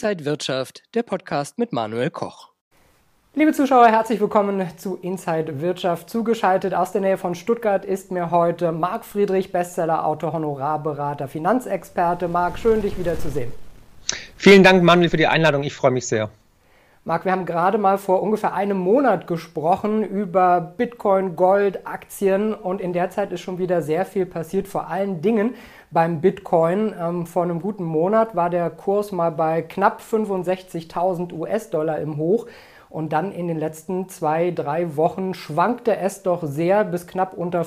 Inside Wirtschaft, der Podcast mit Manuel Koch. Liebe Zuschauer, herzlich willkommen zu Inside Wirtschaft. Zugeschaltet aus der Nähe von Stuttgart ist mir heute Marc Friedrich, Bestseller-Autor, Honorarberater, Finanzexperte. Marc, schön, dich wieder zu sehen. Vielen Dank, Manuel, für die Einladung. Ich freue mich sehr. Marc, wir haben gerade mal vor ungefähr einem Monat gesprochen über Bitcoin, Gold, Aktien und in der Zeit ist schon wieder sehr viel passiert, vor allen Dingen beim Bitcoin. Vor einem guten Monat war der Kurs mal bei knapp 65.000 US-Dollar im Hoch und dann in den letzten 2-3 Wochen schwankte es doch sehr bis knapp unter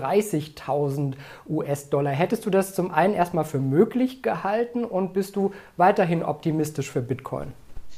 35.000 US-Dollar. Hättest du das zum einen erstmal für möglich gehalten und bist du weiterhin optimistisch für Bitcoin?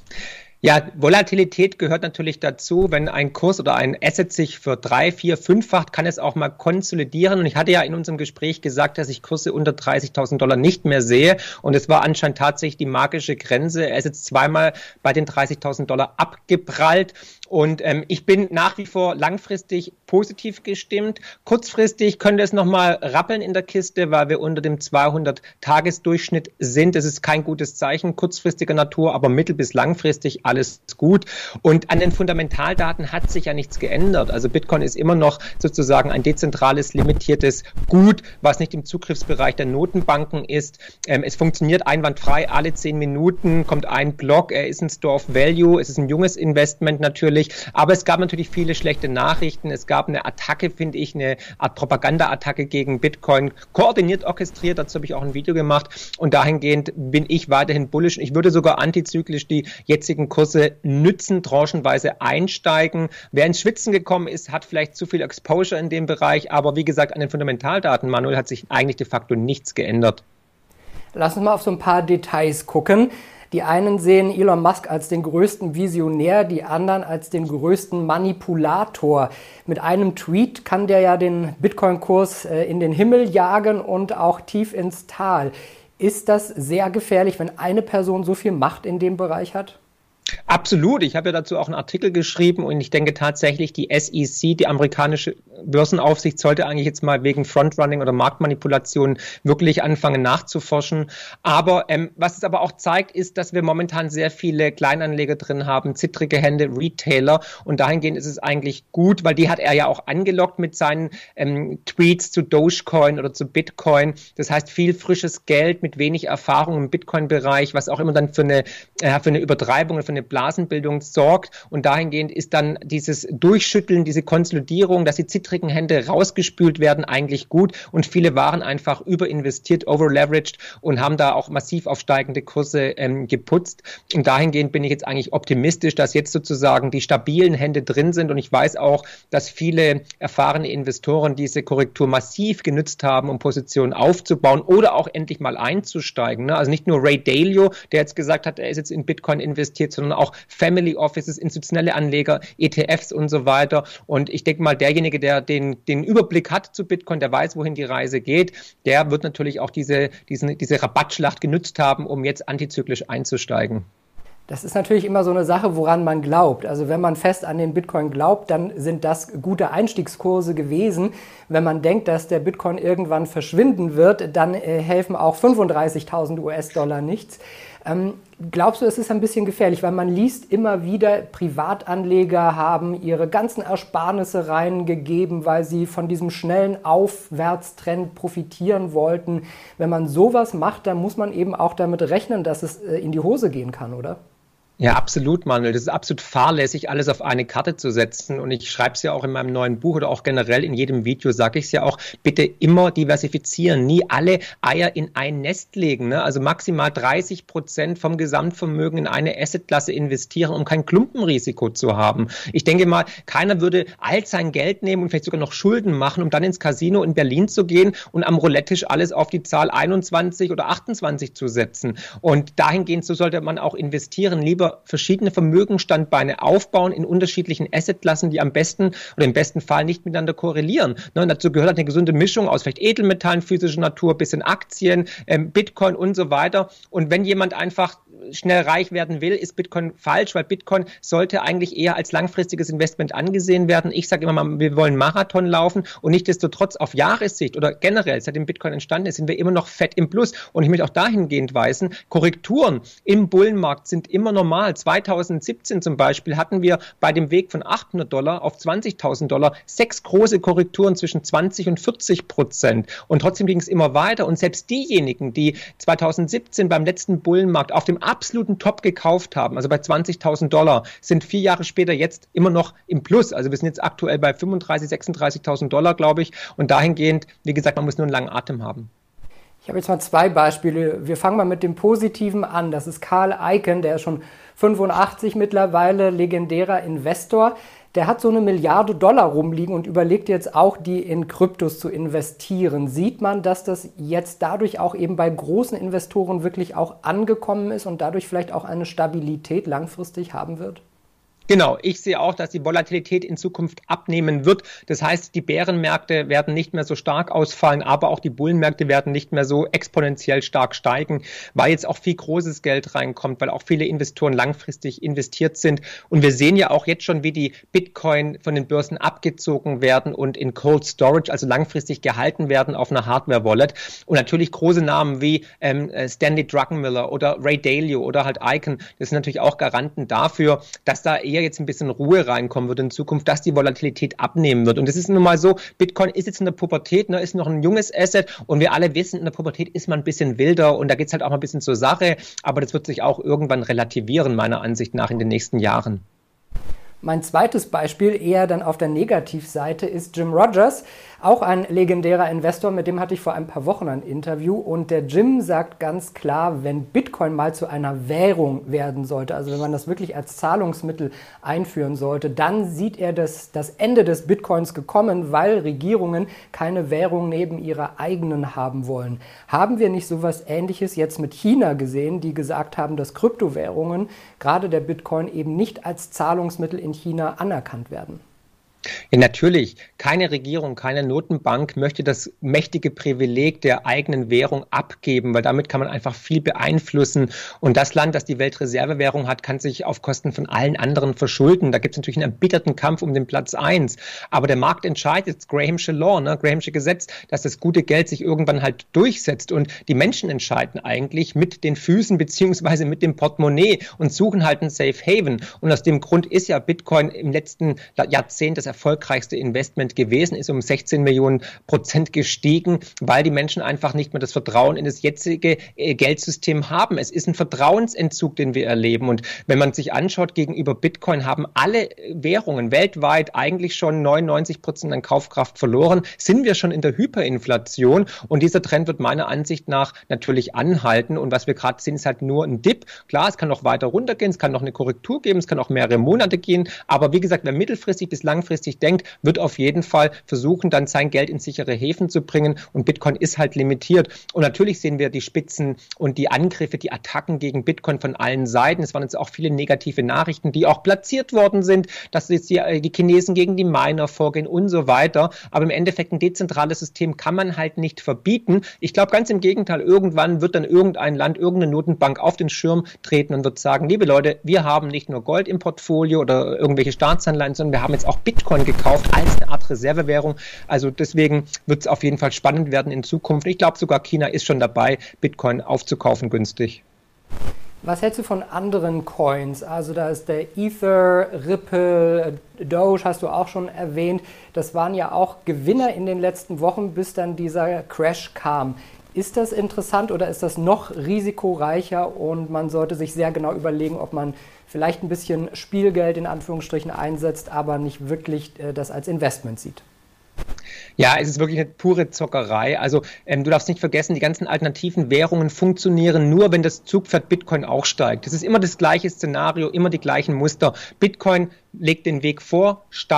Ja, Volatilität gehört natürlich dazu. Wenn ein Kurs oder ein Asset sich für 3, 4, 5-facht, kann es auch mal konsolidieren. Und ich hatte ja in unserem Gespräch gesagt, dass ich Kurse unter 30.000 Dollar nicht mehr sehe. Und es war anscheinend tatsächlich die magische Grenze. Er ist jetzt zweimal bei den 30.000 Dollar abgeprallt. Und ich bin nach wie vor langfristig positiv gestimmt. Kurzfristig könnte es nochmal rappeln in der Kiste, weil wir unter dem 200-Tages-Durchschnitt sind. Das ist kein gutes Zeichen kurzfristiger Natur, aber mittel- bis langfristig alles gut. Und an den Fundamentaldaten hat sich ja nichts geändert. Also Bitcoin ist immer noch sozusagen ein dezentrales, limitiertes Gut, was nicht im Zugriffsbereich der Notenbanken ist. Es funktioniert einwandfrei. Alle 10 Minuten kommt ein Block. Er ist ein Store of Value. Es ist ein junges Investment natürlich. Aber es gab natürlich viele schlechte Nachrichten. Es gab eine Attacke, finde ich, eine Art Propaganda-Attacke gegen Bitcoin, koordiniert, orchestriert. Dazu habe ich auch ein Video gemacht. Und dahingehend bin ich weiterhin bullish. Ich würde sogar antizyklisch die jetzigen Kurse nützen, tranchenweise einsteigen. Wer ins Schwitzen gekommen ist, hat vielleicht zu viel Exposure in dem Bereich. Aber wie gesagt, an den Fundamentaldaten, Manuel, hat sich eigentlich de facto nichts geändert. Lass uns mal auf so ein paar Details gucken. Die einen sehen Elon Musk als den größten Visionär, die anderen als den größten Manipulator. Mit einem Tweet kann der ja den Bitcoin-Kurs in den Himmel jagen und auch tief ins Tal. Ist das sehr gefährlich, wenn eine Person so viel Macht in dem Bereich hat? Absolut. Ich habe ja dazu auch einen Artikel geschrieben und ich denke tatsächlich, die SEC, die amerikanische Börsenaufsicht, sollte eigentlich jetzt mal wegen Frontrunning oder Marktmanipulation wirklich anfangen nachzuforschen. Aber was es aber auch zeigt, ist, dass wir momentan sehr viele Kleinanleger drin haben, zittrige Hände, Retailer und dahingehend ist es eigentlich gut, weil die hat er ja auch angelockt mit seinen Tweets zu Dogecoin oder zu Bitcoin. Das heißt, viel frisches Geld mit wenig Erfahrung im Bitcoin-Bereich, was auch immer dann für eine Übertreibung, für eine Blasenbildung sorgt und dahingehend ist dann dieses Durchschütteln, diese Konsolidierung, dass die zittrigen Hände rausgespült werden, eigentlich gut und viele waren einfach überinvestiert, overleveraged und haben da auch massiv auf steigende Kurse geputzt und dahingehend bin ich jetzt eigentlich optimistisch, dass jetzt sozusagen die stabilen Hände drin sind und ich weiß auch, dass viele erfahrene Investoren diese Korrektur massiv genutzt haben, um Positionen aufzubauen oder auch endlich mal einzusteigen. Also nicht nur Ray Dalio, der jetzt gesagt hat, er ist jetzt in Bitcoin investiert, sondern auch Family Offices, institutionelle Anleger, ETFs und so weiter. Und ich denke mal, derjenige, der den Überblick hat zu Bitcoin, der weiß, wohin die Reise geht, der wird natürlich auch diese Rabattschlacht genutzt haben, um jetzt antizyklisch einzusteigen. Das ist natürlich immer so eine Sache, woran man glaubt. Also wenn man fest an den Bitcoin glaubt, dann sind das gute Einstiegskurse gewesen. Wenn man denkt, dass der Bitcoin irgendwann verschwinden wird, dann helfen auch 35.000 US-Dollar nichts. Glaubst du, es ist ein bisschen gefährlich, weil man liest immer wieder, Privatanleger haben ihre ganzen Ersparnisse reingegeben, weil sie von diesem schnellen Aufwärtstrend profitieren wollten. Wenn man sowas macht, dann muss man eben auch damit rechnen, dass es in die Hose gehen kann, oder? Ja, absolut, Manuel. Das ist absolut fahrlässig, alles auf eine Karte zu setzen. Und ich schreibe es ja auch in meinem neuen Buch oder auch generell in jedem Video, sage ich es ja auch, bitte immer diversifizieren, nie alle Eier in ein Nest legen. Ne? Also maximal 30% vom Gesamtvermögen in eine Assetklasse investieren, um kein Klumpenrisiko zu haben. Ich denke mal, keiner würde all sein Geld nehmen und vielleicht sogar noch Schulden machen, um dann ins Casino in Berlin zu gehen und am Roulette-Tisch alles auf die Zahl 21 oder 28 zu setzen. Und dahingehend, so sollte man auch investieren, lieber verschiedene Vermögensstandbeine aufbauen in unterschiedlichen Assetklassen, die am besten oder im besten Fall nicht miteinander korrelieren. Und dazu gehört eine gesunde Mischung aus vielleicht Edelmetallen physischer Natur, bisschen Aktien, Bitcoin und so weiter. Und wenn jemand einfach schnell reich werden will, ist Bitcoin falsch, weil Bitcoin sollte eigentlich eher als langfristiges Investment angesehen werden. Ich sage immer mal, wir wollen Marathon laufen und nichtsdestotrotz auf Jahressicht oder generell, seitdem Bitcoin entstanden ist, sind wir immer noch fett im Plus. Und ich möchte auch dahingehend weisen, Korrekturen im Bullenmarkt sind immer normal. 2017 zum Beispiel hatten wir bei dem Weg von $800 auf $20.000 6 große Korrekturen zwischen 20% und 40%. Und trotzdem ging es immer weiter. Und selbst diejenigen, die 2017 beim letzten Bullenmarkt auf dem absoluten Top gekauft haben, also bei $20.000, sind 4 Jahre später jetzt immer noch im Plus. Also wir sind jetzt aktuell bei 35.000, $36.000, glaube ich. Und dahingehend, wie gesagt, man muss nur einen langen Atem haben. Ich habe jetzt mal 2 Beispiele. Wir fangen mal mit dem Positiven an. Das ist Carl Icahn, der ist schon 85 mittlerweile, legendärer Investor. Der hat so $1 Milliarde rumliegen und überlegt jetzt auch, die in Kryptos zu investieren. Sieht man, dass das jetzt dadurch auch eben bei großen Investoren wirklich auch angekommen ist und dadurch vielleicht auch eine Stabilität langfristig haben wird? Genau, ich sehe auch, dass die Volatilität in Zukunft abnehmen wird. Das heißt, die Bärenmärkte werden nicht mehr so stark ausfallen, aber auch die Bullenmärkte werden nicht mehr so exponentiell stark steigen, weil jetzt auch viel großes Geld reinkommt, weil auch viele Investoren langfristig investiert sind. Und wir sehen ja auch jetzt schon, wie die Bitcoin von den Börsen abgezogen werden und in Cold Storage, also langfristig gehalten werden auf einer Hardware-Wallet. Und natürlich große Namen wie Stanley Druckenmiller oder Ray Dalio oder halt Icahn, das sind natürlich auch Garanten dafür, dass da eher jetzt ein bisschen Ruhe reinkommen wird in Zukunft, dass die Volatilität abnehmen wird. Und es ist nun mal so, Bitcoin ist jetzt in der Pubertät, ne, ist noch ein junges Asset und wir alle wissen, in der Pubertät ist man ein bisschen wilder und da geht es halt auch mal ein bisschen zur Sache, aber das wird sich auch irgendwann relativieren, meiner Ansicht nach, in den nächsten Jahren. Mein zweites Beispiel, eher dann auf der Negativseite, ist Jim Rogers, auch ein legendärer Investor, mit dem hatte ich vor ein paar Wochen ein Interview. Und der Jim sagt ganz klar, wenn Bitcoin mal zu einer Währung werden sollte, also wenn man das wirklich als Zahlungsmittel einführen sollte, dann sieht er das Ende des Bitcoins gekommen, weil Regierungen keine Währung neben ihrer eigenen haben wollen. Haben wir nicht sowas Ähnliches jetzt mit China gesehen, die gesagt haben, dass Kryptowährungen, gerade der Bitcoin, eben nicht als Zahlungsmittel in China anerkannt werden? Ja, natürlich. Keine Regierung, keine Notenbank möchte das mächtige Privileg der eigenen Währung abgeben, weil damit kann man einfach viel beeinflussen. Und das Land, das die Weltreservewährung hat, kann sich auf Kosten von allen anderen verschulden. Da gibt es natürlich einen erbitterten Kampf um den Platz 1. Aber der Markt entscheidet, das Grahamsche Law, Grahamsche Gesetz, dass das gute Geld sich irgendwann halt durchsetzt. Und die Menschen entscheiden eigentlich mit den Füßen beziehungsweise mit dem Portemonnaie und suchen halt ein Safe Haven. Und aus dem Grund ist ja Bitcoin im letzten Jahrzehnt das erfolgreichste Investment gewesen, ist um 16 Millionen % gestiegen, weil die Menschen einfach nicht mehr das Vertrauen in das jetzige Geldsystem haben. Es ist ein Vertrauensentzug, den wir erleben. Und wenn man sich anschaut, gegenüber Bitcoin haben alle Währungen weltweit eigentlich schon 99% an Kaufkraft verloren, sind wir schon in der Hyperinflation. Und dieser Trend wird meiner Ansicht nach natürlich anhalten. Und was wir gerade sehen, ist halt nur ein Dip. Klar, es kann noch weiter runtergehen, es kann noch eine Korrektur geben, es kann auch mehrere Monate gehen. Aber wie gesagt, wer mittelfristig bis langfristig denkt, wird auf jeden Fall versuchen, dann sein Geld in sichere Häfen zu bringen. Und Bitcoin ist halt limitiert. Und natürlich sehen wir die Spitzen und die Angriffe, die Attacken gegen Bitcoin von allen Seiten. Es waren jetzt auch viele negative Nachrichten, die auch platziert worden sind, dass jetzt die Chinesen gegen die Miner vorgehen und so weiter. Aber im Endeffekt ein dezentrales System kann man halt nicht verbieten. Ich glaube ganz im Gegenteil, irgendwann wird dann irgendein Land, irgendeine Notenbank auf den Schirm treten und wird sagen, liebe Leute, wir haben nicht nur Gold im Portfolio oder irgendwelche Staatsanleihen, sondern wir haben jetzt auch Bitcoin gekauft als eine Art Reservewährung. Also deswegen wird es auf jeden Fall spannend werden in Zukunft. Ich glaube sogar China ist schon dabei, Bitcoin aufzukaufen günstig. Was hältst du von anderen Coins? Also da ist der Ether, Ripple, Doge hast du auch schon erwähnt. Das waren ja auch Gewinner in den letzten Wochen, bis dann dieser Crash kam. Ist das interessant oder ist das noch risikoreicher und man sollte sich sehr genau überlegen, ob man vielleicht ein bisschen Spielgeld in Anführungsstrichen einsetzt, aber nicht wirklich das als Investment sieht? Ja, es ist wirklich eine pure Zockerei. Also du darfst nicht vergessen, die ganzen alternativen Währungen funktionieren nur, wenn das Zugpferd Bitcoin auch steigt. Das ist immer das gleiche Szenario, immer die gleichen Muster. Bitcoin legt den Weg vor, steigt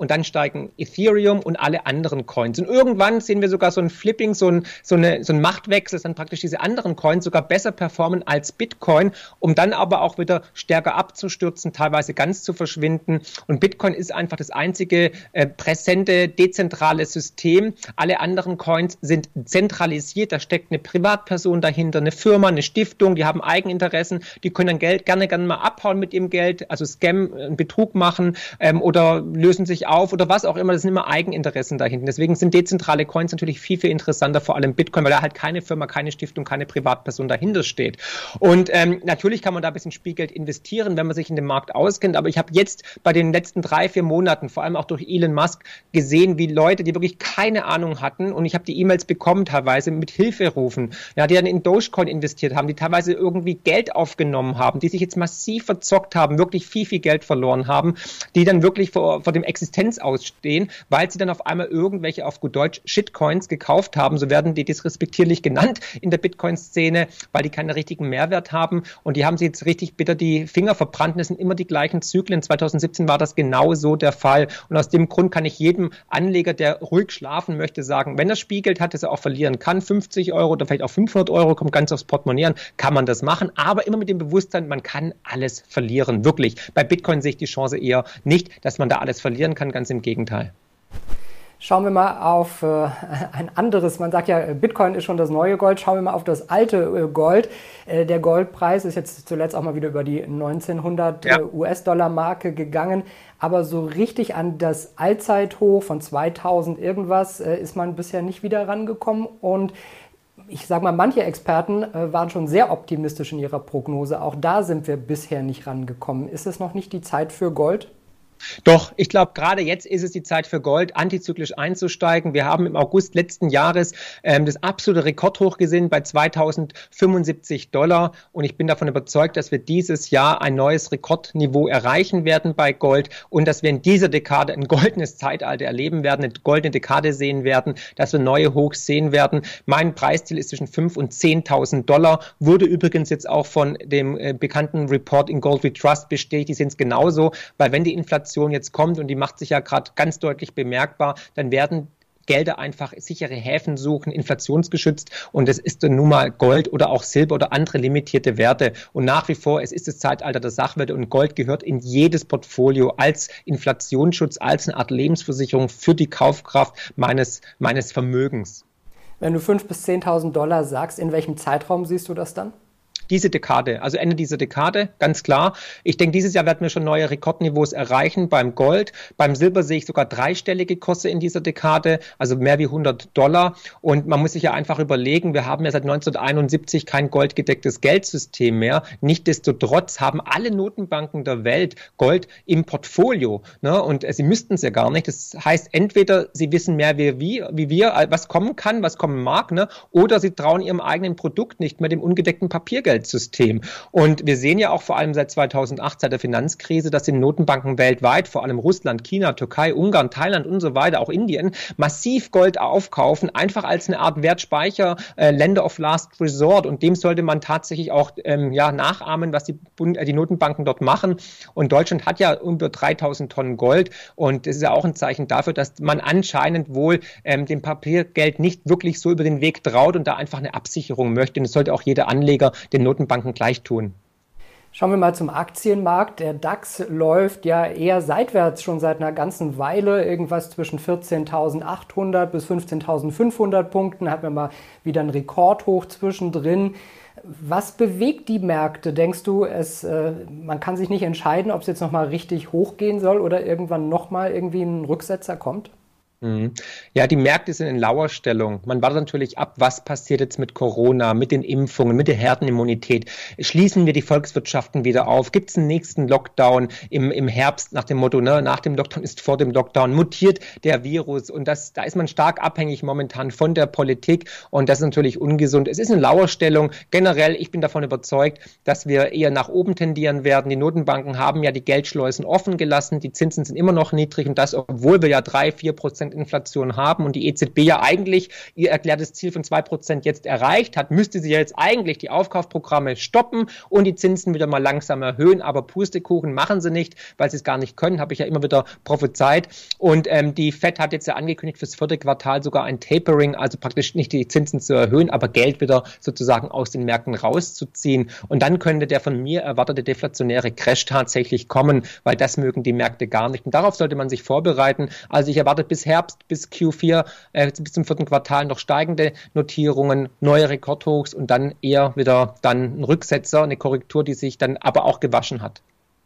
und dann steigen Ethereum und alle anderen Coins. Und irgendwann sehen wir sogar so ein Flipping, so ein Machtwechsel, dass dann praktisch diese anderen Coins sogar besser performen als Bitcoin, um dann aber auch wieder stärker abzustürzen, teilweise ganz zu verschwinden. Und Bitcoin ist einfach das einzige präsente, dezentrale System. Alle anderen Coins sind zentralisiert. Da steckt eine Privatperson dahinter, eine Firma, eine Stiftung, die haben Eigeninteressen, die können dann Geld gerne mal abhauen mit ihrem Geld, also Scam, Betrug machen oder lösen sich auf oder was auch immer. Das sind immer Eigeninteressen dahinter. Deswegen sind dezentrale Coins natürlich viel, viel interessanter, vor allem Bitcoin, weil da halt keine Firma, keine Stiftung, keine Privatperson dahinter steht. Und natürlich kann man da ein bisschen Spielgeld investieren, wenn man sich in dem Markt auskennt. Aber ich habe jetzt bei den letzten 3-4 Monaten, vor allem auch durch Elon Musk, gesehen, wie Leute, die wirklich keine Ahnung hatten, und ich habe die E-Mails bekommen teilweise mit Hilferufen, ja, die dann in Dogecoin investiert haben, die teilweise irgendwie Geld aufgenommen haben, die sich jetzt massiv verzockt haben, wirklich viel, viel Geld verloren haben, die dann wirklich vor dem Existenz ausstehen, weil sie dann auf einmal irgendwelche, auf gut Deutsch, Shitcoins gekauft haben, so werden die disrespektierlich genannt in der Bitcoin-Szene, weil die keinen richtigen Mehrwert haben, und die haben sich jetzt richtig bitter die Finger verbrannt. Das sind immer die gleichen Zyklen. 2017 war das genau so der Fall, und aus dem Grund kann ich jedem Anleger, der ruhig schlafen möchte, sagen, wenn er Spielgeld hat, das er auch verlieren kann, 50 Euro oder vielleicht auch 500 Euro, kommt ganz aufs Portemonnaie an, kann man das machen, aber immer mit dem Bewusstsein, man kann alles verlieren, wirklich. Bei Bitcoin sehe ich die Chance eher nicht, dass man da alles verlieren kann, ganz im Gegenteil. Schauen wir mal auf ein anderes, man sagt ja, Bitcoin ist schon das neue Gold, schauen wir mal auf das alte Gold. Der Goldpreis ist jetzt zuletzt auch mal wieder über die 1900 US-Dollar-Marke gegangen, aber so richtig an das Allzeithoch von 2000 irgendwas ist man bisher nicht wieder rangekommen, und ich sage mal, manche Experten waren schon sehr optimistisch in ihrer Prognose. Auch da sind wir bisher nicht rangekommen. Ist es noch nicht die Zeit für Gold? Doch, ich glaube, gerade jetzt ist es die Zeit für Gold, antizyklisch einzusteigen. Wir haben im August letzten Jahres das absolute Rekordhoch gesehen bei $2075, und ich bin davon überzeugt, dass wir dieses Jahr ein neues Rekordniveau erreichen werden bei Gold und dass wir in dieser Dekade ein goldenes Zeitalter erleben werden, eine goldene Dekade sehen werden, dass wir neue Hochs sehen werden. Mein Preisziel ist zwischen $5.000 und $10.000, wurde übrigens jetzt auch von dem bekannten Report in Gold We Trust bestätigt. Die sehen es genauso, weil wenn die Inflation jetzt kommt, und die macht sich ja gerade ganz deutlich bemerkbar, dann werden Gelder einfach sichere Häfen suchen, inflationsgeschützt, und es ist dann nun mal Gold oder auch Silber oder andere limitierte Werte, und nach wie vor, es ist das Zeitalter der Sachwerte, und Gold gehört in jedes Portfolio als Inflationsschutz, als eine Art Lebensversicherung für die Kaufkraft meines Vermögens. Wenn du $5.000 bis $10.000 sagst, in welchem Zeitraum siehst du das dann? Diese Dekade, also Ende dieser Dekade, ganz klar. Ich denke, dieses Jahr werden wir schon neue Rekordniveaus erreichen beim Gold. Beim Silber sehe ich sogar dreistellige Kurse in dieser Dekade, also mehr wie $100. Und man muss sich ja einfach überlegen, wir haben ja seit 1971 kein goldgedecktes Geldsystem mehr. Nichtsdestotrotz haben alle Notenbanken der Welt Gold im Portfolio, ne? Und sie müssten es ja gar nicht. Das heißt, entweder sie wissen mehr wie wir, was kommen kann, was kommen mag, ne? Oder sie trauen ihrem eigenen Produkt nicht mehr, dem ungedeckten Papiergeld System. Und wir sehen ja auch vor allem seit 2008, seit der Finanzkrise, dass die Notenbanken weltweit, vor allem Russland, China, Türkei, Ungarn, Thailand und so weiter, auch Indien, massiv Gold aufkaufen, einfach als eine Art Wertspeicher, Lender of Last Resort. Und dem sollte man tatsächlich auch nachahmen, was die Notenbanken dort machen. Und Deutschland hat ja über 3.000 Tonnen Gold. Und das ist ja auch ein Zeichen dafür, dass man anscheinend wohl dem Papiergeld nicht wirklich so über den Weg traut und da einfach eine Absicherung möchte. Und das sollte auch jeder Anleger den Notenbanken gleich tun. Schauen wir mal zum Aktienmarkt. Der DAX läuft ja eher seitwärts schon seit einer ganzen Weile. Irgendwas zwischen 14.800 bis 15.500 Punkten. Hatten wir mal wieder ein Rekordhoch zwischendrin. Was bewegt die Märkte? Denkst du, man kann sich nicht entscheiden, ob es jetzt nochmal richtig hochgehen soll oder irgendwann nochmal irgendwie ein Rücksetzer kommt? Ja, die Märkte sind in Lauerstellung. Man wartet natürlich ab, was passiert jetzt mit Corona, mit den Impfungen, mit der Herdenimmunität. Schließen wir die Volkswirtschaften wieder auf? Gibt es einen nächsten Lockdown im Herbst nach dem Motto, ne, nach dem Lockdown ist vor dem Lockdown? Mutiert der Virus? Und da ist man stark abhängig momentan von der Politik, und das ist natürlich ungesund. Es ist eine Lauerstellung. Generell, ich bin davon überzeugt, dass wir eher nach oben tendieren werden. Die Notenbanken haben ja die Geldschleusen offen gelassen. Die Zinsen sind immer noch niedrig, und das, obwohl wir ja 3-4% 2% Inflation haben und die EZB ja eigentlich ihr erklärtes Ziel von 2% jetzt erreicht hat, müsste sie ja jetzt eigentlich die Aufkaufprogramme stoppen und die Zinsen wieder mal langsam erhöhen. Aber Pustekuchen machen sie nicht, weil sie es gar nicht können, habe ich ja immer wieder prophezeit. Und die FED hat jetzt ja angekündigt, fürs 4. Quartal sogar ein Tapering, also praktisch nicht die Zinsen zu erhöhen, aber Geld wieder sozusagen aus den Märkten rauszuziehen. Und dann könnte der von mir erwartete deflationäre Crash tatsächlich kommen, weil das mögen die Märkte gar nicht. Und darauf sollte man sich vorbereiten. Also ich erwarte bis Herbst, bis Q4, bis zum 4. Quartal noch steigende Notierungen, neue Rekordhochs und dann eher wieder dann ein Rücksetzer, eine Korrektur, die sich dann aber auch gewaschen hat.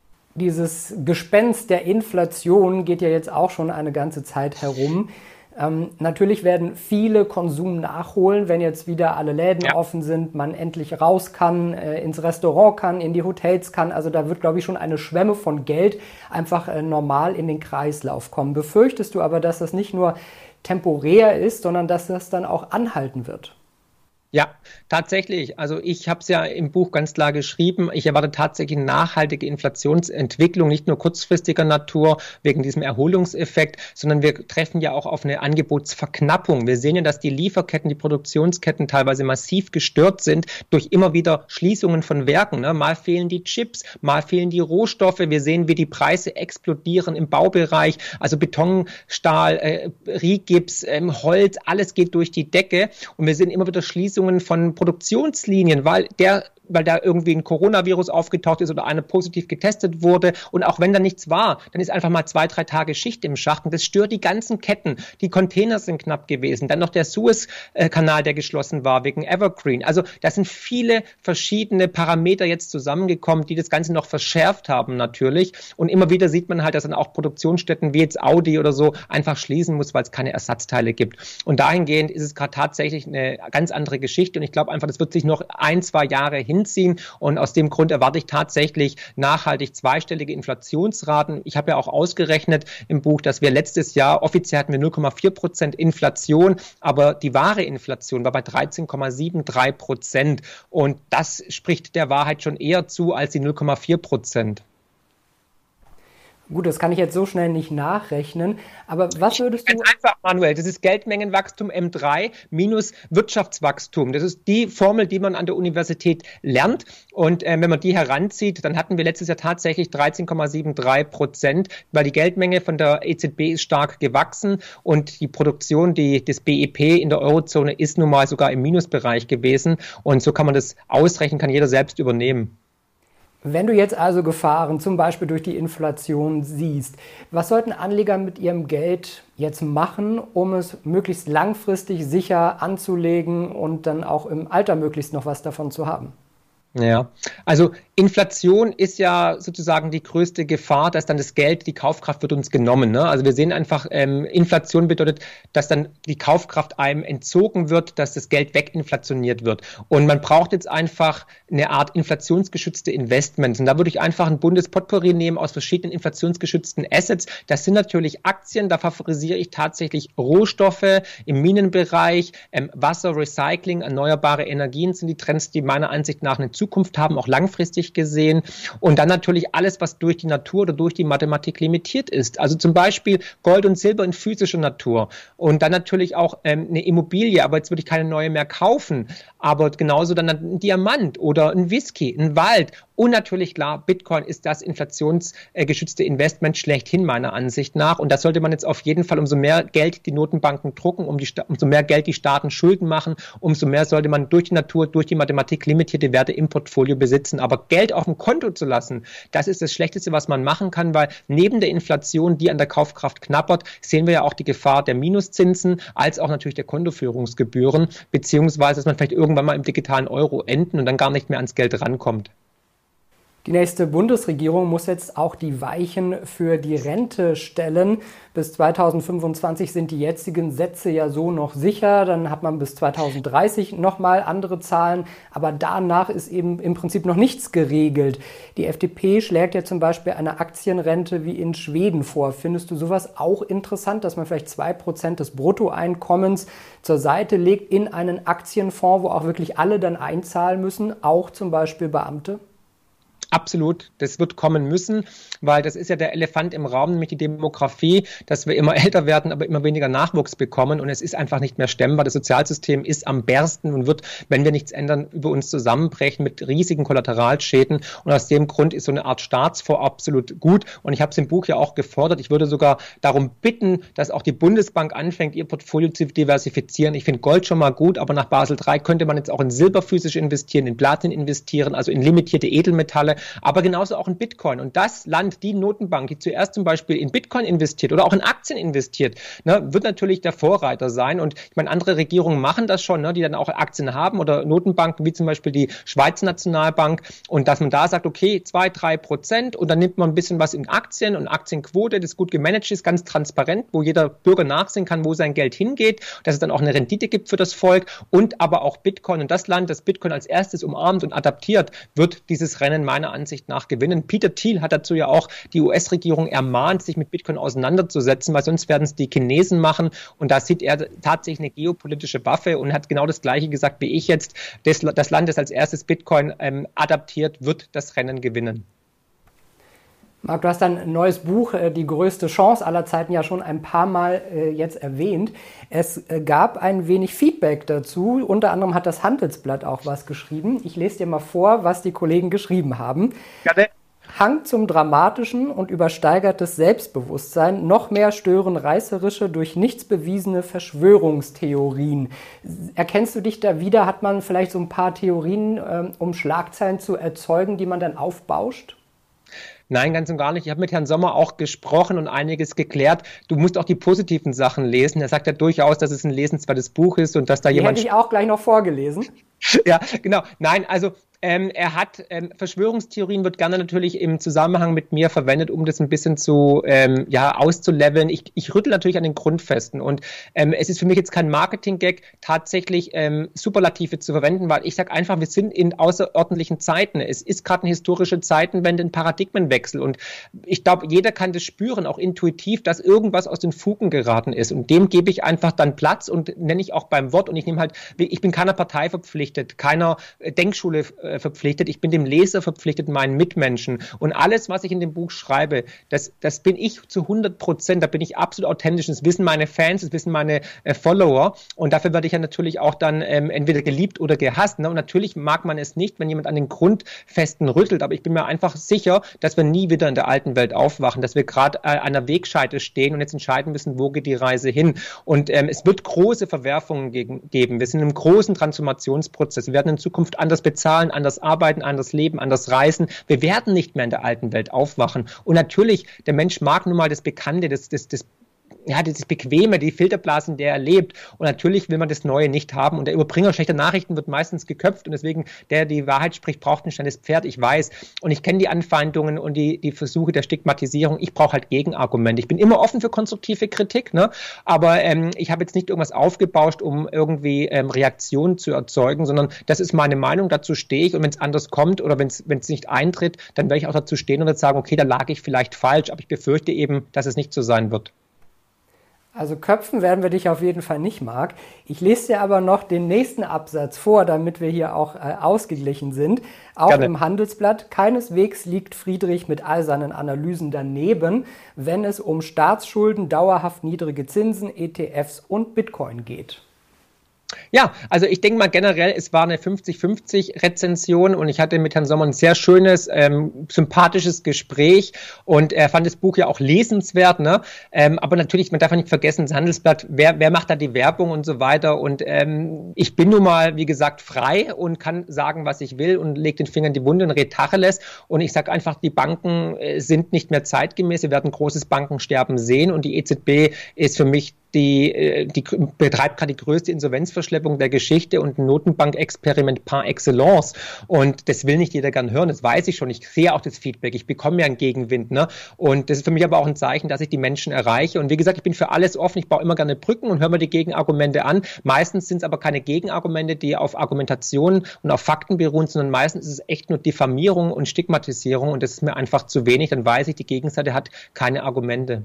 Dieses Gespenst der Inflation geht ja jetzt auch schon eine ganze Zeit herum. Natürlich werden viele Konsum nachholen, wenn jetzt wieder alle Läden offen sind, man endlich raus kann, ins Restaurant kann, in die Hotels kann. Also da wird, glaube ich, schon eine Schwemme von Geld einfach normal in den Kreislauf kommen. Befürchtest du aber, dass das nicht nur temporär ist, sondern dass das dann auch anhalten wird? Ja, tatsächlich. Also ich habe es ja im Buch ganz klar geschrieben. Ich erwarte tatsächlich eine nachhaltige Inflationsentwicklung, nicht nur kurzfristiger Natur wegen diesem Erholungseffekt, sondern wir treffen ja auch auf eine Angebotsverknappung. Wir sehen ja, dass die Lieferketten, die Produktionsketten teilweise massiv gestört sind durch immer wieder Schließungen von Werken. Ne? Mal fehlen die Chips, mal fehlen die Rohstoffe. Wir sehen, wie die Preise explodieren im Baubereich. Also Beton, Stahl, Rigips, Holz, alles geht durch die Decke. Und wir sehen immer wieder Schließungen von Produktionslinien, weil da irgendwie ein Coronavirus aufgetaucht ist oder einer positiv getestet wurde. Und auch wenn da nichts war, dann ist einfach mal 2-3 Tage Schicht im Schacht. Und das stört die ganzen Ketten. Die Container sind knapp gewesen. Dann noch der Suezkanal, der geschlossen war wegen Evergreen. Also da sind viele verschiedene Parameter jetzt zusammengekommen, die das Ganze noch verschärft haben natürlich. Und immer wieder sieht man halt, dass dann auch Produktionsstätten wie jetzt Audi oder so einfach schließen muss, weil es keine Ersatzteile gibt. Und dahingehend ist es gerade tatsächlich eine ganz andere Geschichte. Und ich glaube einfach, das wird sich noch 1-2 Jahre hinziehen. Und aus dem Grund erwarte ich tatsächlich nachhaltig zweistellige Inflationsraten. Ich habe ja auch ausgerechnet im Buch, dass wir letztes Jahr, offiziell hatten wir 0,4% Inflation, aber die wahre Inflation war bei 13,73%. Und das spricht der Wahrheit schon eher zu als die 0,4%. Gut, das kann ich jetzt so schnell nicht nachrechnen, aber was würdest du... Ganz einfach, Manuel, das ist Geldmengenwachstum M3 minus Wirtschaftswachstum. Das ist die Formel, die man an der Universität lernt und wenn man die heranzieht, dann hatten wir letztes Jahr tatsächlich 13,73%, weil die Geldmenge von der EZB ist stark gewachsen und die Produktion, des BIP in der Eurozone ist nun mal sogar im Minusbereich gewesen und so kann man das ausrechnen, kann jeder selbst übernehmen. Wenn du jetzt also Gefahren, zum Beispiel durch die Inflation, siehst, was sollten Anleger mit ihrem Geld jetzt machen, um es möglichst langfristig sicher anzulegen und dann auch im Alter möglichst noch was davon zu haben? Ja, also Inflation ist ja sozusagen die größte Gefahr, dass dann das Geld, die Kaufkraft wird uns genommen. Ne? Also wir sehen einfach, Inflation bedeutet, dass dann die Kaufkraft einem entzogen wird, dass das Geld weginflationiert wird. Und man braucht jetzt einfach eine Art inflationsgeschützte Investments. Und da würde ich einfach ein buntes Potpourri nehmen aus verschiedenen inflationsgeschützten Assets. Das sind natürlich Aktien, da favorisiere ich tatsächlich Rohstoffe im Minenbereich, Wasser, Recycling, erneuerbare Energien sind die Trends, die meiner Ansicht nach eine Zukunft haben, auch langfristig gesehen. Und dann natürlich alles, was durch die Natur oder durch die Mathematik limitiert ist. Also zum Beispiel Gold und Silber in physischer Natur. Und dann natürlich auch eine Immobilie, aber jetzt würde ich keine neue mehr kaufen. Aber genauso dann ein Diamant oder ein Whisky, ein Wald. Und natürlich klar, Bitcoin ist das inflationsgeschützte Investment schlechthin meiner Ansicht nach. Und das sollte man jetzt auf jeden Fall, umso mehr Geld die Notenbanken drucken, umso mehr Geld die Staaten Schulden machen, umso mehr sollte man durch die Natur, durch die Mathematik limitierte Werte im Portfolio besitzen. Aber Geld auf dem Konto zu lassen, das ist das Schlechteste, was man machen kann, weil neben der Inflation, die an der Kaufkraft knappert, sehen wir ja auch die Gefahr der Minuszinsen, als auch natürlich der Kontoführungsgebühren, beziehungsweise, dass man vielleicht irgendwann mal im digitalen Euro enden und dann gar nicht mehr ans Geld rankommt. Die nächste Bundesregierung muss jetzt auch die Weichen für die Rente stellen. Bis 2025 sind die jetzigen Sätze ja so noch sicher. Dann hat man bis 2030 nochmal andere Zahlen. Aber danach ist eben im Prinzip noch nichts geregelt. Die FDP schlägt ja zum Beispiel eine Aktienrente wie in Schweden vor. Findest du sowas auch interessant, dass man vielleicht 2% des Bruttoeinkommens zur Seite legt in einen Aktienfonds, wo auch wirklich alle dann einzahlen müssen, auch zum Beispiel Beamte? Absolut, das wird kommen müssen, weil das ist ja der Elefant im Raum, nämlich die Demografie, dass wir immer älter werden, aber immer weniger Nachwuchs bekommen und es ist einfach nicht mehr stemmbar. Das Sozialsystem ist am Bersten und wird, wenn wir nichts ändern, über uns zusammenbrechen mit riesigen Kollateralschäden und aus dem Grund ist so eine Art Staatsfonds absolut gut und ich habe es im Buch ja auch gefordert. Ich würde sogar darum bitten, dass auch die Bundesbank anfängt, ihr Portfolio zu diversifizieren. Ich finde Gold schon mal gut, aber nach Basel III könnte man jetzt auch in Silber physisch investieren, in Platin investieren, also in limitierte Edelmetalle, aber genauso auch in Bitcoin. Und das Land, die Notenbank, die zuerst zum Beispiel in Bitcoin investiert oder auch in Aktien investiert, ne, wird natürlich der Vorreiter sein. Und ich meine, andere Regierungen machen das schon, ne, die dann auch Aktien haben oder Notenbanken, wie zum Beispiel die Schweizer Nationalbank. Und dass man da sagt, okay, 2-3% und dann nimmt man ein bisschen was in Aktien und Aktienquote, das gut gemanagt ist, ganz transparent, wo jeder Bürger nachsehen kann, wo sein Geld hingeht, dass es dann auch eine Rendite gibt für das Volk und aber auch Bitcoin. Und das Land, das Bitcoin als erstes umarmt und adaptiert, wird dieses Rennen meiner Ansicht nach gewinnen. Peter Thiel hat dazu ja auch die US-Regierung ermahnt, sich mit Bitcoin auseinanderzusetzen, weil sonst werden es die Chinesen machen. Und da sieht er tatsächlich eine geopolitische Waffe und hat genau das Gleiche gesagt wie ich jetzt. Das Land, das als erstes Bitcoin adaptiert, wird das Rennen gewinnen. Marc, du hast ein neues Buch, Die größte Chance aller Zeiten, ja schon ein paar Mal jetzt erwähnt. Es gab ein wenig Feedback dazu. Unter anderem hat das Handelsblatt auch was geschrieben. Ich lese dir mal vor, was die Kollegen geschrieben haben. Gerne. Hang zum Dramatischen und übersteigertes Selbstbewusstsein, noch mehr stören reißerische, durch nichts bewiesene Verschwörungstheorien. Erkennst du dich da wieder? Hat man vielleicht so ein paar Theorien, um Schlagzeilen zu erzeugen, die man dann aufbauscht? Nein, ganz und gar nicht. Ich habe mit Herrn Sommer auch gesprochen und einiges geklärt. Du musst auch die positiven Sachen lesen. Er sagt ja durchaus, dass es ein lesenswertes Buch ist und dass da jemand... Die hätte ich auch gleich noch vorgelesen. Ja, genau. Nein, also er hat Verschwörungstheorien wird gerne natürlich im Zusammenhang mit mir verwendet, um das ein bisschen zu auszuleveln. Ich rüttel natürlich an den Grundfesten und es ist für mich jetzt kein Marketing-Gag, tatsächlich Superlative zu verwenden, weil ich sage einfach, wir sind in außerordentlichen Zeiten. Es ist gerade eine historische Zeitenwende, ein Paradigmenwechsel und ich glaube, jeder kann das spüren, auch intuitiv, dass irgendwas aus den Fugen geraten ist und dem gebe ich einfach dann Platz und nenne ich auch beim Wort und ich nehme halt, ich bin keiner Partei verpflichtet, keiner Denkschule verpflichtet, ich bin dem Leser verpflichtet, meinen Mitmenschen. Und alles, was ich in dem Buch schreibe, das bin ich zu 100%, da bin ich absolut authentisch. Das wissen meine Fans, das wissen meine Follower. Und dafür werde ich ja natürlich auch dann entweder geliebt oder gehasst. Ne? Und natürlich mag man es nicht, wenn jemand an den Grundfesten rüttelt. Aber ich bin mir einfach sicher, dass wir nie wieder in der alten Welt aufwachen, dass wir gerade an einer Wegscheide stehen und jetzt entscheiden müssen, wo geht die Reise hin. Und es wird große Verwerfungen geben. Wir sind im großen Transformationsprozess. Wir werden in Zukunft anders bezahlen, anders arbeiten, anders leben, anders reisen. Wir werden nicht mehr in der alten Welt aufwachen. Und natürlich, der Mensch mag nun mal das Bekannte, das Bequeme, die Filterblasen, in der er lebt. Und natürlich will man das Neue nicht haben. Und der Überbringer schlechter Nachrichten wird meistens geköpft. Und deswegen, der die Wahrheit spricht, braucht ein schnelles Pferd. Ich weiß. Und ich kenne die Anfeindungen und die Versuche der Stigmatisierung. Ich brauche halt Gegenargumente. Ich bin immer offen für konstruktive Kritik, ne? Aber ich habe jetzt nicht irgendwas aufgebauscht, um irgendwie Reaktionen zu erzeugen, sondern das ist meine Meinung. Dazu stehe ich. Und wenn es anders kommt oder wenn es nicht eintritt, dann werde ich auch dazu stehen und sagen, okay, da lag ich vielleicht falsch. Aber ich befürchte eben, dass es nicht so sein wird. Also köpfen werden wir dich auf jeden Fall nicht, Marc. Ich lese dir aber noch den nächsten Absatz vor, damit wir hier auch ausgeglichen sind. Auch Gerne. Im Handelsblatt. Keineswegs liegt Friedrich mit all seinen Analysen daneben, wenn es um Staatsschulden, dauerhaft niedrige Zinsen, ETFs und Bitcoin geht. Ja, also ich denke mal generell, es war eine 50-50-Rezension und ich hatte mit Herrn Sommer ein sehr schönes, sympathisches Gespräch und er fand das Buch ja auch lesenswert, ne? Aber natürlich, man darf nicht vergessen, das Handelsblatt, wer macht da die Werbung und so weiter und ich bin nun mal, wie gesagt, frei und kann sagen, was ich will und lege den Finger in die Wunde und rede Tacheles und ich sage einfach, die Banken sind nicht mehr zeitgemäß, wir werden großes Bankensterben sehen und die EZB ist für mich die betreibt gerade die größte Insolvenzverschleppung der Geschichte und ein Notenbank-Experiment par excellence. Und das will nicht jeder gern hören, das weiß ich schon. Ich sehe auch das Feedback, ich bekomme ja einen Gegenwind. Ne? Und das ist für mich aber auch ein Zeichen, dass ich die Menschen erreiche. Und wie gesagt, ich bin für alles offen, ich baue immer gerne Brücken und höre mir die Gegenargumente an. Meistens sind es aber keine Gegenargumente, die auf Argumentationen und auf Fakten beruhen, sondern meistens ist es echt nur Diffamierung und Stigmatisierung. Und das ist mir einfach zu wenig. Dann weiß ich, die Gegenseite hat keine Argumente.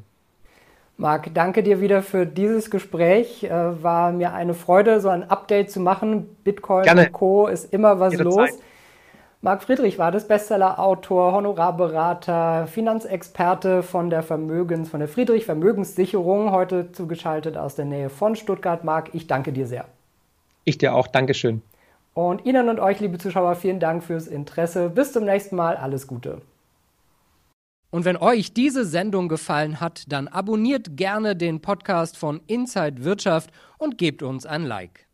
Marc, danke dir wieder für dieses Gespräch. War mir eine Freude, so ein Update zu machen. Bitcoin Gerne. und Co. ist immer was los. Marc Friedrich war das, Bestsellerautor, Honorarberater, Finanzexperte von der Friedrich Vermögenssicherung, heute zugeschaltet aus der Nähe von Stuttgart. Marc, ich danke dir sehr. Ich dir auch, Dankeschön. Und Ihnen und euch, liebe Zuschauer, vielen Dank fürs Interesse. Bis zum nächsten Mal, alles Gute. Und wenn euch diese Sendung gefallen hat, dann abonniert gerne den Podcast von Inside Wirtschaft und gebt uns ein Like.